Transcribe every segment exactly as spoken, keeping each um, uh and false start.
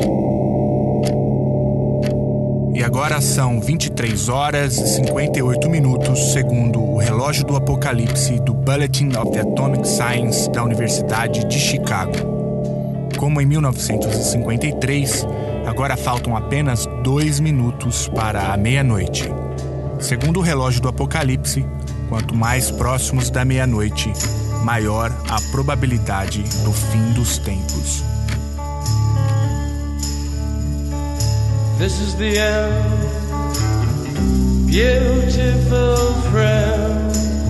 E agora são vinte e três horas e cinquenta e oito minutos, segundo o relógio do apocalipse do Bulletin of the Atomic Science da Universidade de Chicago. Como em mil novecentos e cinquenta e três, agora faltam apenas dois minutos para a meia-noite. Segundo o relógio do apocalipse, quanto mais próximos da meia-noite, maior a probabilidade do fim dos tempos. This is the end, beautiful friend.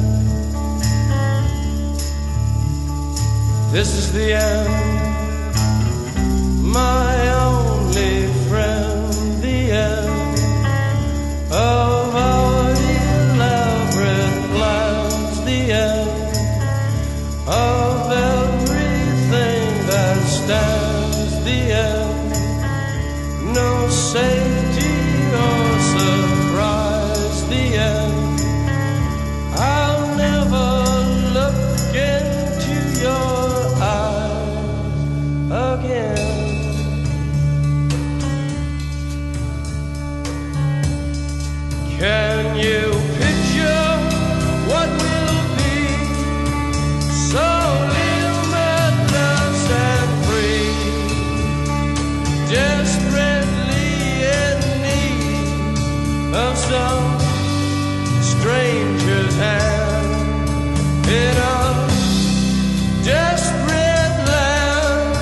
This is the end, my only friend. The end of our elaborate plans. The end of everything that stands. The end. No safety or surprise, the end. I'll never look into your eyes again. Can you picture what will be so limitless and free? Desperate of some stranger's hand in a desperate land.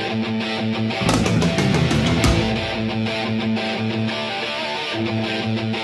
Thank you.